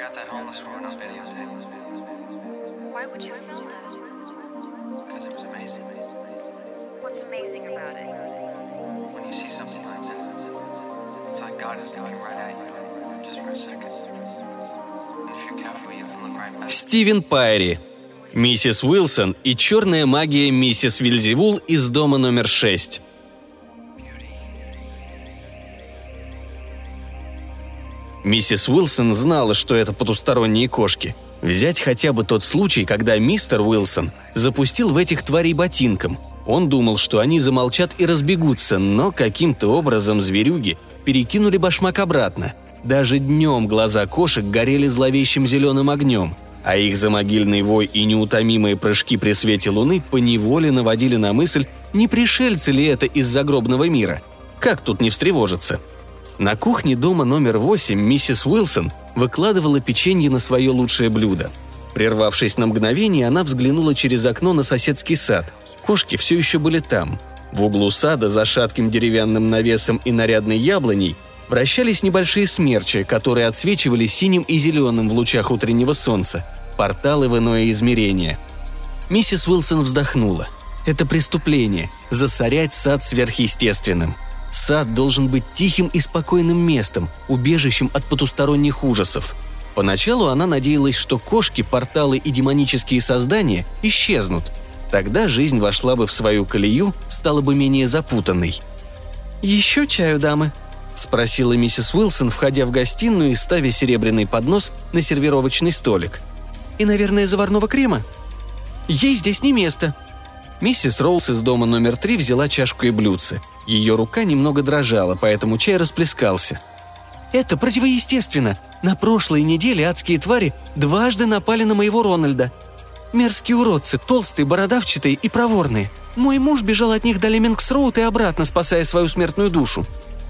got that homeless woman on videotape. Why would you film that? Because it was amazing. What's amazing about it? When you see something like that, it's like God is looking right at you, just for a second. And if you're careful, you can look right back. Стивен Пайри. Миссис Уилсон и черная магия миссис Вельзевул из дома номер 6. Миссис Уилсон знала, что это потусторонние кошки. Взять хотя бы тот случай, когда мистер Уилсон запустил в этих тварей ботинком. Он думал, что они замолчат и разбегутся, но каким-то образом зверюги перекинули башмак обратно. Даже днем глаза кошек горели зловещим зеленым огнем, а их замогильный вой и неутомимые прыжки при свете луны поневоле наводили на мысль, не пришельцы ли это из загробного мира. Как тут не встревожиться? На кухне дома номер 8 миссис Уилсон выкладывала печенье на свое лучшее блюдо. Прервавшись на мгновение, она взглянула через окно на соседский сад. Кошки все еще были там. В углу сада, за шатким деревянным навесом и нарядной яблоней, вращались небольшие смерчи, которые отсвечивали синим и зеленым в лучах утреннего солнца. Порталы в иное измерение. Миссис Уилсон вздохнула. Это преступление – засорять сад сверхъестественным. Сад должен быть тихим и спокойным местом, убежищем от потусторонних ужасов. Поначалу она надеялась, что кошки, порталы и демонические создания исчезнут. Тогда жизнь вошла бы в свою колею, стала бы менее запутанной. «Еще чаю, дамы?» – спросила миссис Уилсон, входя в гостиную и ставя серебряный поднос на сервировочный столик. «И, наверное, заварного крема?» «Ей здесь не место!» Миссис Роуз из дома номер 3 взяла чашку и блюдце. Ее рука немного дрожала, поэтому чай расплескался. «Это противоестественно! На прошлой неделе адские твари дважды напали на моего Рональда. Мерзкие уродцы, толстые, бородавчатые и проворные. Мой муж бежал от них до Леммингс-Роуд и обратно, спасая свою смертную душу».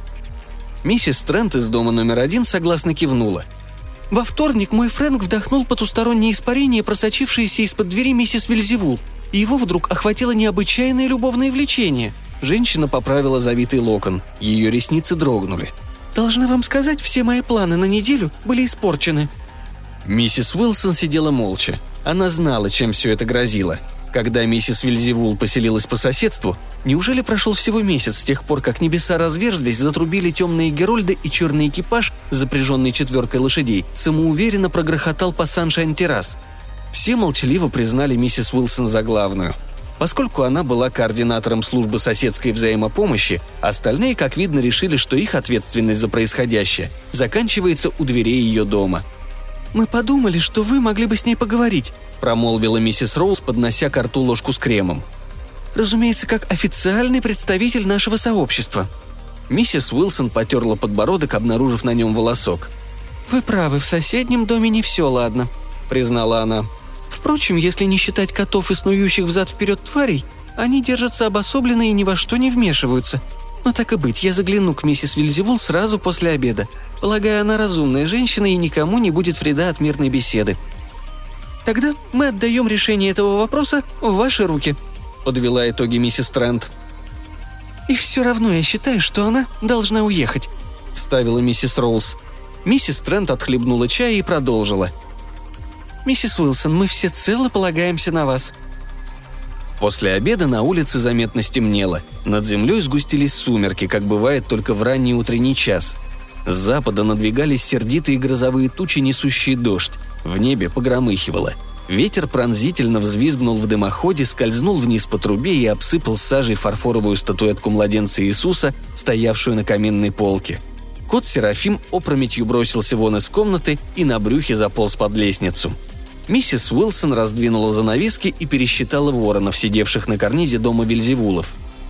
Миссис Трент из дома номер 1 согласно кивнула. «Во вторник мой Фрэнк вдохнул потустороннее испарение, просочившееся из-под двери миссис Вельзевул, и его вдруг охватило необычайное любовное влечение». Женщина поправила завитый локон. Ее ресницы дрогнули. «Должна вам сказать, все мои планы на неделю были испорчены». Миссис Уилсон сидела молча. Она знала, чем все это грозило. Когда миссис Вельзевул поселилась по соседству, неужели прошел всего месяц с тех пор, как небеса разверзлись, затрубили темные герольды и черный экипаж, запряженный 4 лошадей, самоуверенно прогрохотал по Саншайн-террас? Все молчаливо признали миссис Уилсон за главную. Поскольку она была координатором службы соседской взаимопомощи, остальные, как видно, решили, что их ответственность за происходящее заканчивается у дверей ее дома. «Мы подумали, что вы могли бы с ней поговорить», – промолвила миссис Роуз, поднося к рту ложку с кремом. «Разумеется, как официальный представитель нашего сообщества». Миссис Уилсон потерла подбородок, обнаружив на нем волосок. «Вы правы, в соседнем доме не все ладно», – признала она. «Впрочем, если не считать котов и снующих взад-вперед тварей, они держатся обособленно и ни во что не вмешиваются. Но так и быть, я загляну к миссис Вельзевул сразу после обеда. Полагаю, она разумная женщина и никому не будет вреда от мирной беседы. Тогда мы отдаем решение этого вопроса в ваши руки», – подвела итоги миссис Трент. «И все равно я считаю, что она должна уехать», – вставила миссис Роуз. Миссис Трент отхлебнула чая и продолжила. «Миссис Уилсон, мы всецело полагаемся на вас». После обеда на улице заметно стемнело. Над землей сгустились сумерки, как бывает только в ранний утренний час. С запада надвигались сердитые грозовые тучи, несущие дождь. В небе погромыхивало. Ветер пронзительно взвизгнул в дымоходе, скользнул вниз по трубе и обсыпал сажей фарфоровую статуэтку младенца Иисуса, стоявшую на каминной полке. Кот Серафим опрометью бросился вон из комнаты и на брюхе заполз под лестницу. Миссис Уилсон раздвинула занавески и пересчитала воронов, сидевших на карнизе дома Вельзевулов.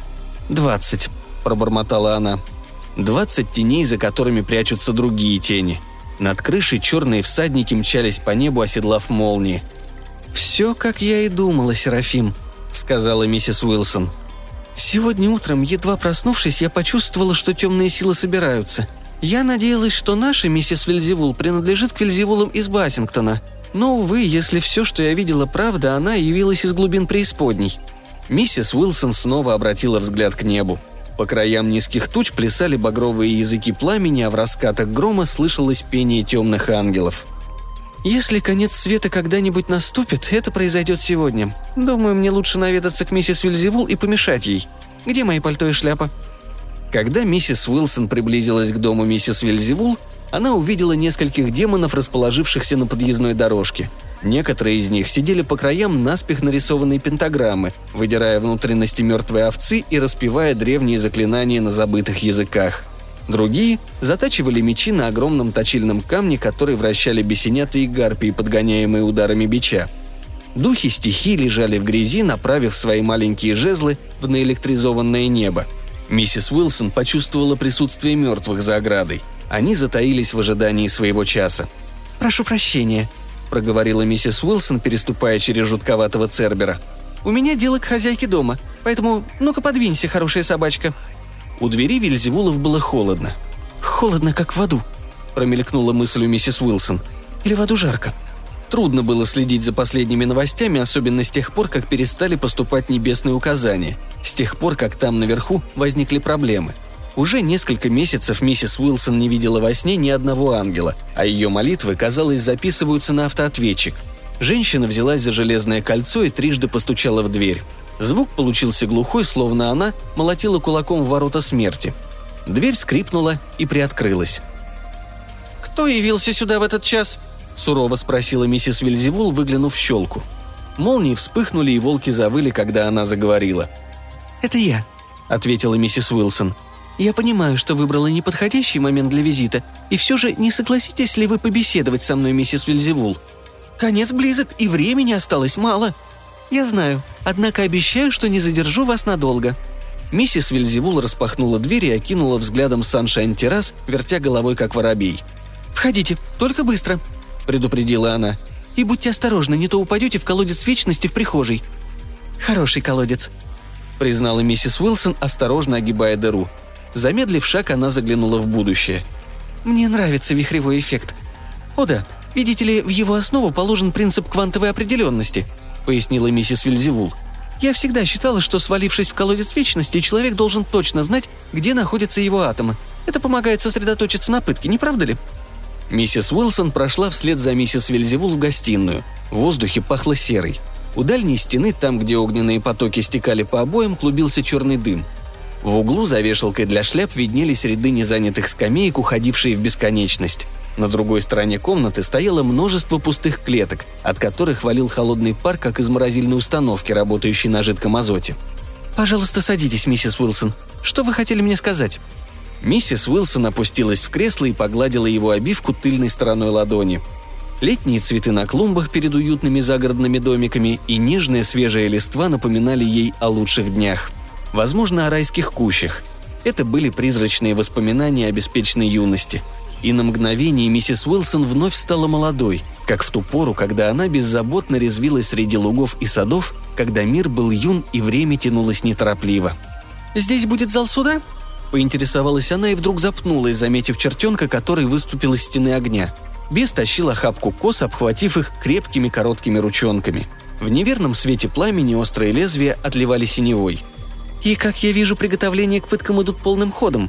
20, пробормотала она. 20 теней, за которыми прячутся другие тени. Над крышей черные всадники мчались по небу, оседлав молнии. «Все, как я и думала, Серафим», — сказала миссис Уилсон. «Сегодня утром, едва проснувшись, я почувствовала, что темные силы собираются. Я надеялась, что наша миссис Вельзевул принадлежит к Вельзевулам из Бассингтона. Но, увы, если все, что я видела, правда, она явилась из глубин преисподней». Миссис Уилсон снова обратила взгляд к небу. По краям низких туч плясали багровые языки пламени, а в раскатах грома слышалось пение темных ангелов. «Если конец света когда-нибудь наступит, это произойдет сегодня. Думаю, мне лучше наведаться к миссис Вельзевул и помешать ей. Где мои пальто и шляпа?» Когда миссис Уилсон приблизилась к дому миссис Вельзевул, она увидела нескольких демонов, расположившихся на подъездной дорожке. Некоторые из них сидели по краям наспех нарисованной пентаграммы, выдирая внутренности мертвой овцы и распевая древние заклинания на забытых языках. Другие затачивали мечи на огромном точильном камне, который вращали бесенята и гарпии, подгоняемые ударами бича. Духи стихий лежали в грязи, направив свои маленькие жезлы в наэлектризованное небо. Миссис Уилсон почувствовала присутствие мертвых за оградой. Они затаились в ожидании своего часа. «Прошу прощения», – проговорила миссис Уилсон, переступая через жутковатого цербера. «У меня дело к хозяйке дома, поэтому ну-ка подвинься, хорошая собачка». У двери Вельзевулов было холодно. «Холодно, как в аду», – промелькнула мысль у миссис Уилсон. «Или в аду жарко?» Трудно было следить за последними новостями, особенно с тех пор, как перестали поступать небесные указания, с тех пор, как там наверху возникли проблемы. Уже несколько месяцев миссис Уилсон не видела во сне ни одного ангела, а ее молитвы, казалось, записываются на автоответчик. Женщина взялась за железное кольцо и трижды постучала в дверь. Звук получился глухой, словно она молотила кулаком в ворота смерти. Дверь скрипнула и приоткрылась. «Кто явился сюда в этот час?» – сурово спросила миссис Вельзевул, выглянув в щелку. Молнии вспыхнули, и волки завыли, когда она заговорила. «Это я», – ответила миссис Уилсон. «Я понимаю, что выбрала неподходящий момент для визита, и все же не согласитесь ли вы побеседовать со мной, миссис Вельзевул? Конец близок, и времени осталось мало. Я знаю, однако обещаю, что не задержу вас надолго». Миссис Вельзевул распахнула дверь и окинула взглядом Саншайн-террас, вертя головой, как воробей. «Входите, только быстро», – предупредила она. «И будьте осторожны, не то упадете в колодец вечности в прихожей». «Хороший колодец», – признала миссис Уилсон, осторожно огибая дыру. Замедлив шаг, она заглянула в будущее. «Мне нравится вихревой эффект. О да, видите ли, в его основу положен принцип квантовой определенности», – пояснила миссис Вельзевул. «Я всегда считала, что, свалившись в колодец вечности, человек должен точно знать, где находятся его атомы. Это помогает сосредоточиться на пытке, не правда ли?» Миссис Уилсон прошла вслед за миссис Вельзевул в гостиную. В воздухе пахло серой. У дальней стены, там, где огненные потоки стекали по обоям, клубился черный дым. В углу за вешалкой для шляп виднелись ряды незанятых скамеек, уходившие в бесконечность. На другой стороне комнаты стояло множество пустых клеток, от которых валил холодный пар, как из морозильной установки, работающей на жидком азоте. «Пожалуйста, садитесь, миссис Уилсон. Что вы хотели мне сказать?» Миссис Уилсон опустилась в кресло и погладила его обивку тыльной стороной ладони. Летние цветы на клумбах перед уютными загородными домиками и нежная свежая листва напоминали ей о лучших днях. Возможно, о райских кущах. Это были призрачные воспоминания о беспечной юности. И на мгновение миссис Уилсон вновь стала молодой, как в ту пору, когда она беззаботно резвилась среди лугов и садов, когда мир был юн и время тянулось неторопливо. «Здесь будет зал суда?» – поинтересовалась она и вдруг запнулась, заметив чертенка, который выступил из стены огня. Бес тащил охапку кос, обхватив их крепкими короткими ручонками. В неверном свете пламени острые лезвия отливали синевой. «И, как я вижу, приготовления к пыткам идут полным ходом».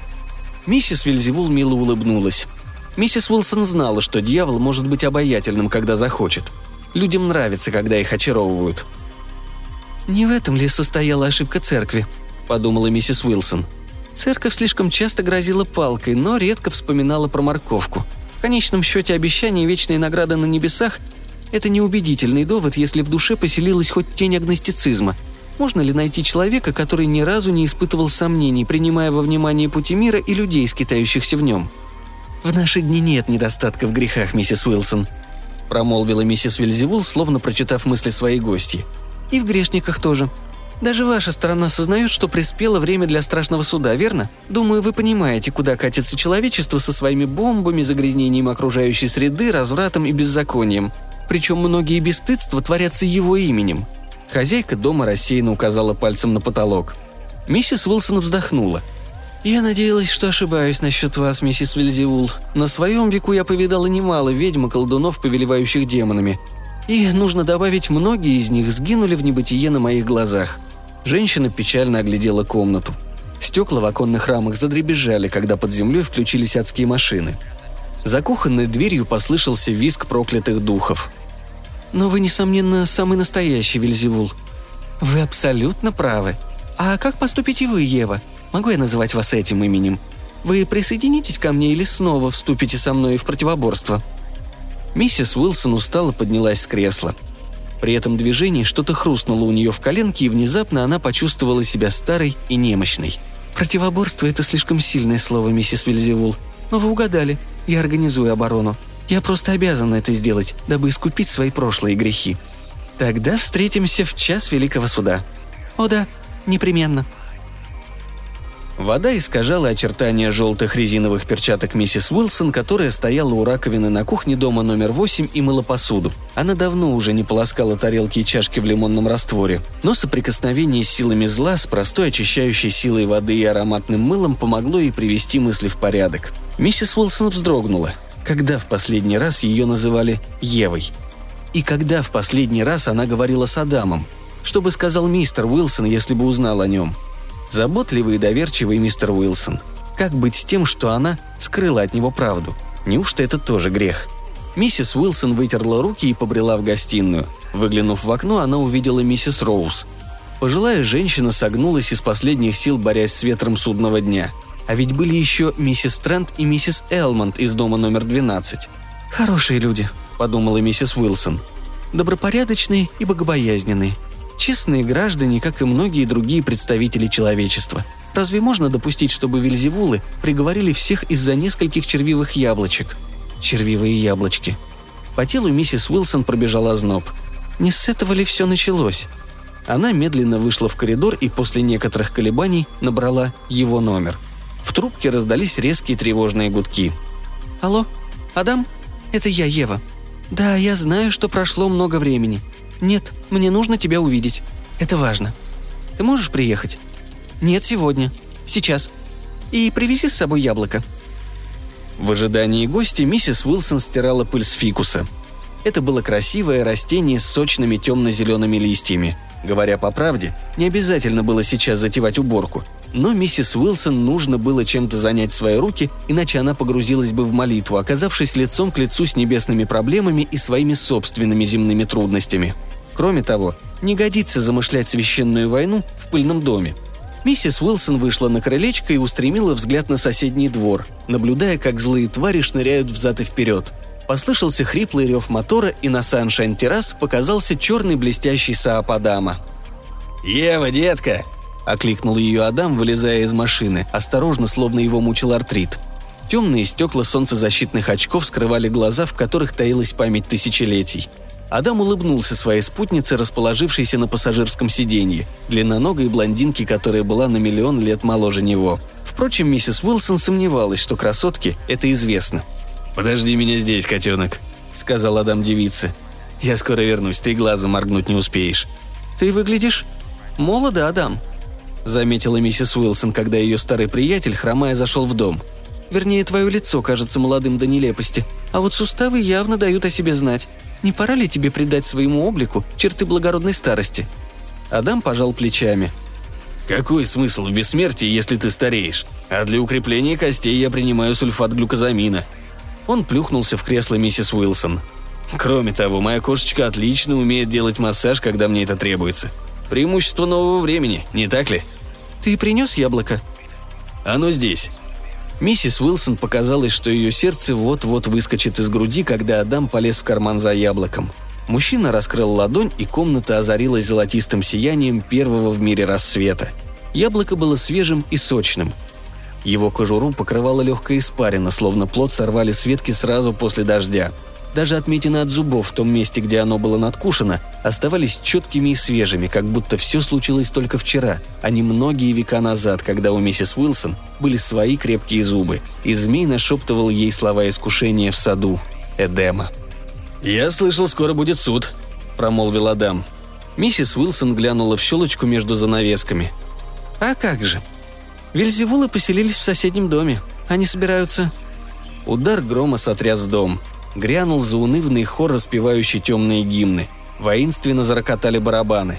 Миссис Вельзевул мило улыбнулась. Миссис Уилсон знала, что дьявол может быть обаятельным, когда захочет. Людям нравится, когда их очаровывают. «Не в этом ли состояла ошибка церкви?» – подумала миссис Уилсон. Церковь слишком часто грозила палкой, но редко вспоминала про морковку. В конечном счете обещание вечной награды на небесах – это неубедительный довод, если в душе поселилась хоть тень агностицизма. Можно ли найти человека, который ни разу не испытывал сомнений, принимая во внимание пути мира и людей, скитающихся в нем? «В наши дни нет недостатка в грехах, миссис Уилсон», – промолвила миссис Вельзевул, словно прочитав мысли своей гостьи. «И в грешниках тоже. Даже ваша сторона сознает, что приспело время для страшного суда, верно? Думаю, вы понимаете, куда катится человечество со своими бомбами, загрязнением окружающей среды, развратом и беззаконием. Причем многие бесстыдства творятся его именем». Хозяйка дома рассеянно указала пальцем на потолок. Миссис Уилсон вздохнула. «Я надеялась, что ошибаюсь насчет вас, миссис Вельзевул. На своем веку я повидала немало ведьм и колдунов, повелевающих демонами. И, нужно добавить, многие из них сгинули в небытие на моих глазах». Женщина печально оглядела комнату. Стекла в оконных рамах задребезжали, когда под землей включились адские машины. За кухонной дверью послышался визг проклятых духов. «Но вы, несомненно, самый настоящий Вельзевул». «Вы абсолютно правы. А как поступите вы, Ева? Могу я называть вас этим именем? Вы присоединитесь ко мне или снова вступите со мной в противоборство?» Миссис Уилсон устало поднялась с кресла. При этом движении что-то хрустнуло у нее в коленке, и внезапно она почувствовала себя старой и немощной. «Противоборство – это слишком сильное слово, миссис Вельзевул. Но вы угадали. Я организую оборону. Я просто обязана это сделать, дабы искупить свои прошлые грехи. Тогда встретимся в час Великого Суда». «О да, непременно». Вода искажала очертания желтых резиновых перчаток миссис Уилсон, которая стояла у раковины на кухне дома номер 8 и мыла посуду. Она давно уже не полоскала тарелки и чашки в лимонном растворе, но соприкосновение с силами зла, с простой очищающей силой воды и ароматным мылом помогло ей привести мысли в порядок. Миссис Уилсон вздрогнула. Когда в последний раз ее называли Евой? И когда в последний раз она говорила с Адамом? Что бы сказал мистер Уилсон, если бы узнал о нем? Заботливый и доверчивый мистер Уилсон. Как быть с тем, что она скрыла от него правду? Неужто это тоже грех? Миссис Уилсон вытерла руки и побрела в гостиную. Выглянув в окно, она увидела миссис Роуз. Пожилая женщина согнулась из последних сил, борясь с ветром судного дня. А ведь были еще миссис Трент и миссис Элмонд из дома номер 12. «Хорошие люди», – подумала миссис Уилсон. «Добропорядочные и богобоязненные. Честные граждане, как и многие другие представители человечества. Разве можно допустить, чтобы Вельзевулы приговорили всех из-за нескольких червивых яблочек? Червивые яблочки. По телу миссис Уилсон пробежал озноб. Не с этого ли все началось? Она медленно вышла в коридор и после некоторых колебаний набрала его номер. В трубке раздались резкие тревожные гудки. «Алло? Адам? Это я, Ева. Да, я знаю, что прошло много времени. Нет, мне нужно тебя увидеть. Это важно. Ты можешь приехать? Нет, сегодня. Сейчас. И привези с собой яблоко». В ожидании гостя миссис Уилсон стирала пыль с фикуса. Это было красивое растение с сочными темно-зелеными листьями. Говоря по правде, не обязательно было сейчас затевать уборку. Но миссис Уилсон нужно было чем-то занять свои руки, иначе она погрузилась бы в молитву, оказавшись лицом к лицу с небесными проблемами и своими собственными земными трудностями. Кроме того, не годится замышлять священную войну в пыльном доме. Миссис Уилсон вышла на крылечко и устремила взгляд на соседний двор, наблюдая, как злые твари шныряют взад и вперед. Послышался хриплый рев мотора, и на Саншайн-террас показался черный блестящий Саап Адама. «Ева, детка!» – окликнул ее Адам, вылезая из машины, осторожно, словно его мучил артрит. Темные стекла солнцезащитных очков скрывали глаза, в которых таилась память тысячелетий. Адам улыбнулся своей спутнице, расположившейся на пассажирском сиденье, длинноногой блондинке, которая была на миллион лет моложе него. Впрочем, миссис Уилсон сомневалась, что красотке это известно. «Подожди меня здесь, котенок», — сказал Адам девице. «Я скоро вернусь, ты глазом моргнуть не успеешь». «Ты выглядишь молодо, Адам», — заметила миссис Уилсон, когда ее старый приятель, хромая, зашел в дом. «Вернее, твое лицо кажется молодым до нелепости, а вот суставы явно дают о себе знать. Не пора ли тебе придать своему облику черты благородной старости?» Адам пожал плечами. «Какой смысл в бессмертии, если ты стареешь? А для укрепления костей я принимаю сульфат глюкозамина». Он плюхнулся в кресло миссис Уилсон. «Кроме того, моя кошечка отлично умеет делать массаж, когда мне это требуется. Преимущество нового времени, не так ли?» «Ты принес яблоко?» «Оно здесь». Миссис Уилсон показалось, что ее сердце вот-вот выскочит из груди, когда Адам полез в карман за яблоком. Мужчина раскрыл ладонь, и комната озарилась золотистым сиянием первого в мире рассвета. Яблоко было свежим и сочным. Его кожуру покрывала легкая испарина, словно плод сорвали с ветки сразу после дождя. Даже отметины от зубов в том месте, где оно было надкушено, оставались четкими и свежими, как будто все случилось только вчера, а не многие века назад, когда у миссис Уилсон были свои крепкие зубы, и змей нашептывал ей слова искушения в саду Эдема. «Я слышал, скоро будет суд», – промолвил Адам. Миссис Уилсон глянула в щелочку между занавесками. «А как же? Вельзевулы поселились в соседнем доме. Они собираются...» Удар грома сотряс дом. Грянул заунывный хор, распевающий темные гимны. Воинственно зарокотали барабаны.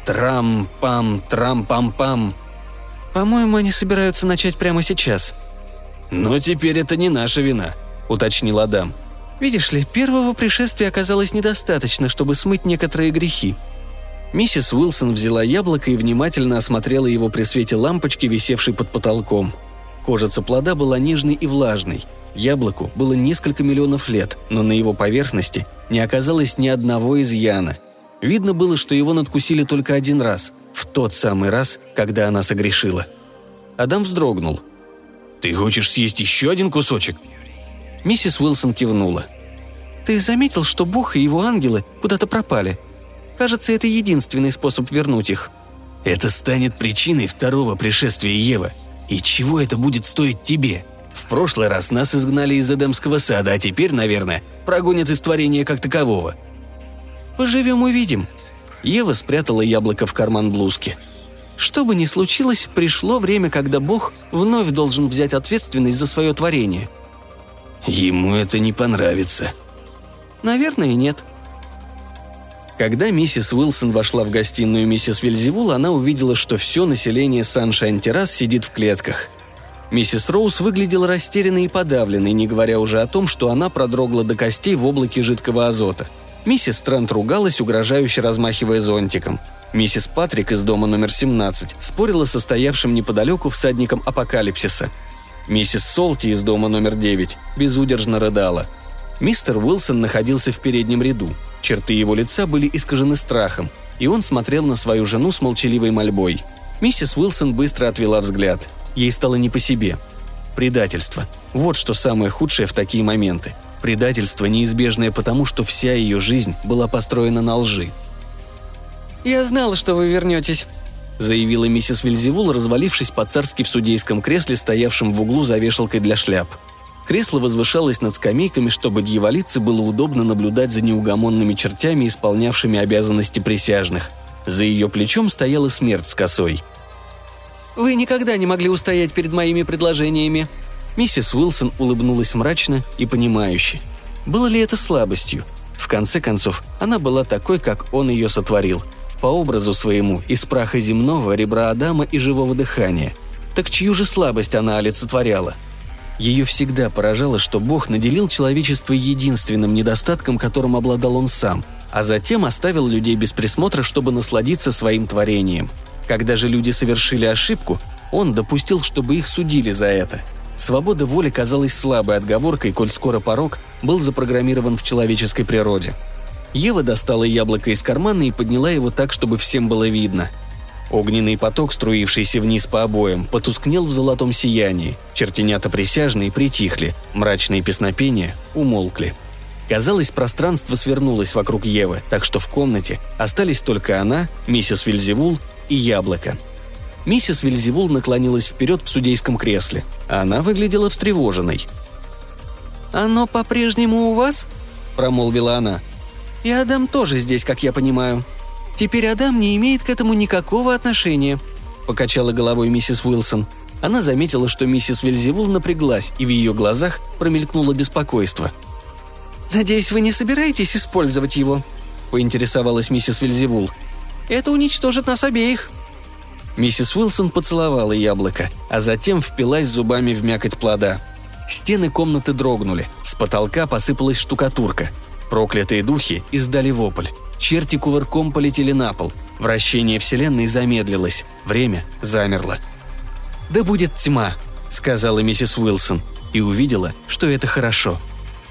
Трам-пам, трам-пам-пам. «По-моему, они собираются начать прямо сейчас». «Но теперь это не наша вина. – уточнил Адам. «Видишь ли, первого пришествия оказалось недостаточно, чтобы смыть некоторые грехи». Миссис Уилсон взяла яблоко и внимательно осмотрела его при свете лампочки, висевшей под потолком. Кожица плода была нежной и влажной. Яблоку было несколько миллионов лет, но на его поверхности не оказалось ни одного изъяна. Видно было, что его надкусили только один раз, в тот самый раз, когда она согрешила. Адам вздрогнул. «Ты хочешь съесть еще один кусочек?» Миссис Уилсон кивнула. «Ты заметил, что Бог и его ангелы куда-то пропали? Кажется, это единственный способ вернуть их». «Это станет причиной второго пришествия, Ева. И чего это будет стоить тебе? В прошлый раз нас изгнали из Эдемского сада, а теперь, наверное, прогонят из творения как такового». «Поживем – увидим». Ева спрятала яблоко в карман блузки. «Что бы ни случилось, пришло время, когда Бог вновь должен взять ответственность за свое творение». «Ему это не понравится». «Наверное, нет». Когда миссис Уилсон вошла в гостиную миссис Вельзевул, она увидела, что все население Саншайн-террас сидит в клетках. Миссис Роуз выглядела растерянной и подавленной, не говоря уже о том, что она продрогла до костей в облаке жидкого азота. Миссис Трент ругалась, угрожающе размахивая зонтиком. Миссис Патрик из дома номер 17 спорила со стоявшим неподалеку всадником апокалипсиса. Миссис Солти из дома номер 9 безудержно рыдала. Мистер Уилсон находился в переднем ряду. Черты его лица были искажены страхом, и он смотрел на свою жену с молчаливой мольбой. Миссис Уилсон быстро отвела взгляд. Ей стало не по себе. Предательство. Вот что самое худшее в такие моменты. Предательство неизбежное потому, что вся ее жизнь была построена на лжи. «Я знала, что вы вернетесь», – заявила миссис Вельзевул, развалившись по-царски в судейском кресле, стоявшем в углу за вешалкой для шляп. Кресло возвышалось над скамейками, чтобы дьяволице было удобно наблюдать за неугомонными чертями, исполнявшими обязанности присяжных. За ее плечом стояла смерть с косой. «Вы никогда не могли устоять перед моими предложениями». Миссис Уилсон улыбнулась мрачно и понимающе. Было ли это слабостью? В конце концов, она была такой, как он ее сотворил. По образу своему, из праха земного, ребра Адама и живого дыхания. Так чью же слабость она олицетворяла? Ее всегда поражало, что Бог наделил человечество единственным недостатком, которым обладал он сам, а затем оставил людей без присмотра, чтобы насладиться своим творением. Когда же люди совершили ошибку, он допустил, чтобы их судили за это. Свобода воли казалась слабой отговоркой, коль скоро порок был запрограммирован в человеческой природе. Ева достала яблоко из кармана и подняла его так, чтобы всем было видно. Огненный поток, струившийся вниз по обоям, потускнел в золотом сиянии. Чертенята присяжные притихли, мрачные песнопения умолкли. Казалось, пространство свернулось вокруг Евы, так что в комнате остались только она, миссис Вельзевул и яблоко. Миссис Вельзевул наклонилась вперед в судейском кресле. Она выглядела встревоженной. «Оно по-прежнему у вас?» – промолвила она. «И Адам тоже здесь, как я понимаю. Теперь Адам не имеет к этому никакого отношения», – покачала головой миссис Уилсон. Она заметила, что миссис Вельзевул напряглась, и в ее глазах промелькнуло беспокойство. «Надеюсь, вы не собираетесь использовать его?» – поинтересовалась миссис Вельзевул. «Это уничтожит нас обеих». Миссис Уилсон поцеловала яблоко, а затем впилась зубами в мякоть плода. Стены комнаты дрогнули, с потолка посыпалась штукатурка. Проклятые духи издали вопль. Черти кувырком полетели на пол. Вращение вселенной замедлилось. Время замерло. «Да будет тьма», — сказала миссис Уилсон, и увидела, что это хорошо.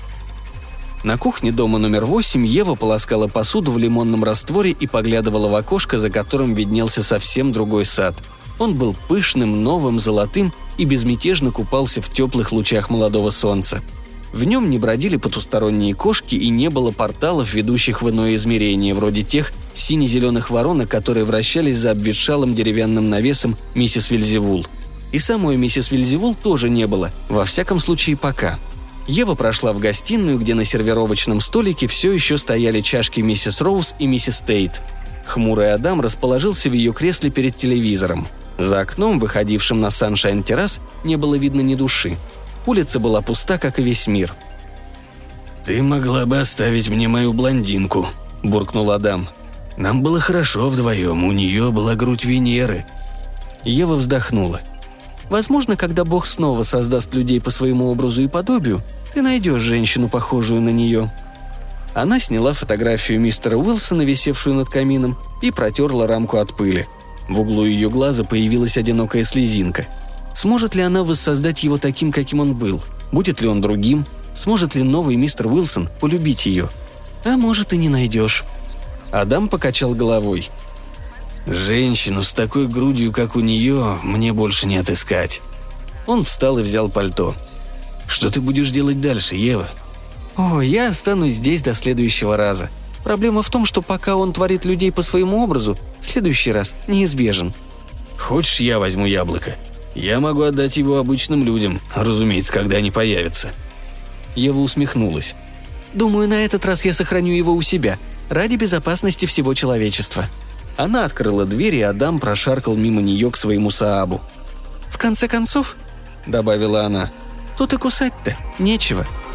На кухне дома номер 8 Ева полоскала посуду в лимонном растворе и поглядывала в окошко, за которым виднелся совсем другой сад. Он был пышным, новым, золотым и безмятежно купался в теплых лучах молодого солнца. В нем не бродили потусторонние кошки и не было порталов, ведущих в иное измерение, вроде тех сине-зеленых воронок, которые вращались за обветшалым деревянным навесом миссис Вельзевул. И самой миссис Вельзевул тоже не было, во всяком случае пока. Ева прошла в гостиную, где на сервировочном столике все еще стояли чашки миссис Роуз и миссис Тейт. Хмурый Адам расположился в ее кресле перед телевизором. За окном, выходившим на Саншайн-террас, не было видно ни души. Улица была пуста, как и весь мир. «Ты могла бы оставить мне мою блондинку», – буркнул Адам. «Нам было хорошо вдвоем, у нее была грудь Венеры». Ева вздохнула. «Возможно, когда Бог снова создаст людей по своему образу и подобию, Ты найдешь женщину, похожую на нее». Она сняла фотографию мистера Уилсона, висевшую над камином, и протерла рамку от пыли. В углу ее глаза появилась одинокая слезинка. Сможет ли она воссоздать его таким, каким он был? Будет ли он другим? Сможет ли новый мистер Уилсон полюбить ее? А может, и не найдешь. Адам покачал головой. «Женщину с такой грудью, как у нее, мне больше не отыскать». Он встал и взял пальто. «Что ты будешь делать дальше, Ева?» «О, я останусь здесь до следующего раза. Проблема в том, что пока он творит людей по своему образу, следующий раз неизбежен». «Хочешь, я возьму яблоко? Я могу отдать его обычным людям, разумеется, когда они появятся». Ева усмехнулась. «Думаю, на этот раз я сохраню его у себя, ради безопасности всего человечества». Она открыла дверь, и Адам прошаркал мимо нее к своему Саабу. «В конце концов», — добавила она, — «тут и кусать-то нечего».